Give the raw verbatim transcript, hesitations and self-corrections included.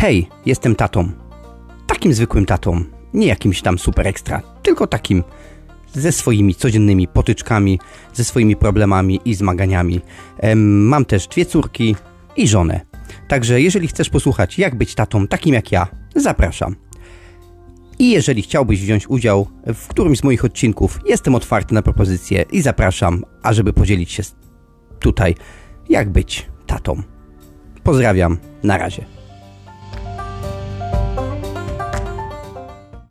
Hej, jestem tatą. Takim zwykłym tatą, nie jakimś tam super ekstra, tylko takim ze swoimi codziennymi potyczkami, ze swoimi problemami i zmaganiami. Ehm, mam też dwie córki i żonę. Także jeżeli chcesz posłuchać, jak być tatą takim jak ja, zapraszam. I jeżeli chciałbyś wziąć udział w którymś z moich odcinków, jestem otwarty na propozycje i zapraszam, ażeby podzielić się tutaj, jak być tatą. Pozdrawiam, na razie.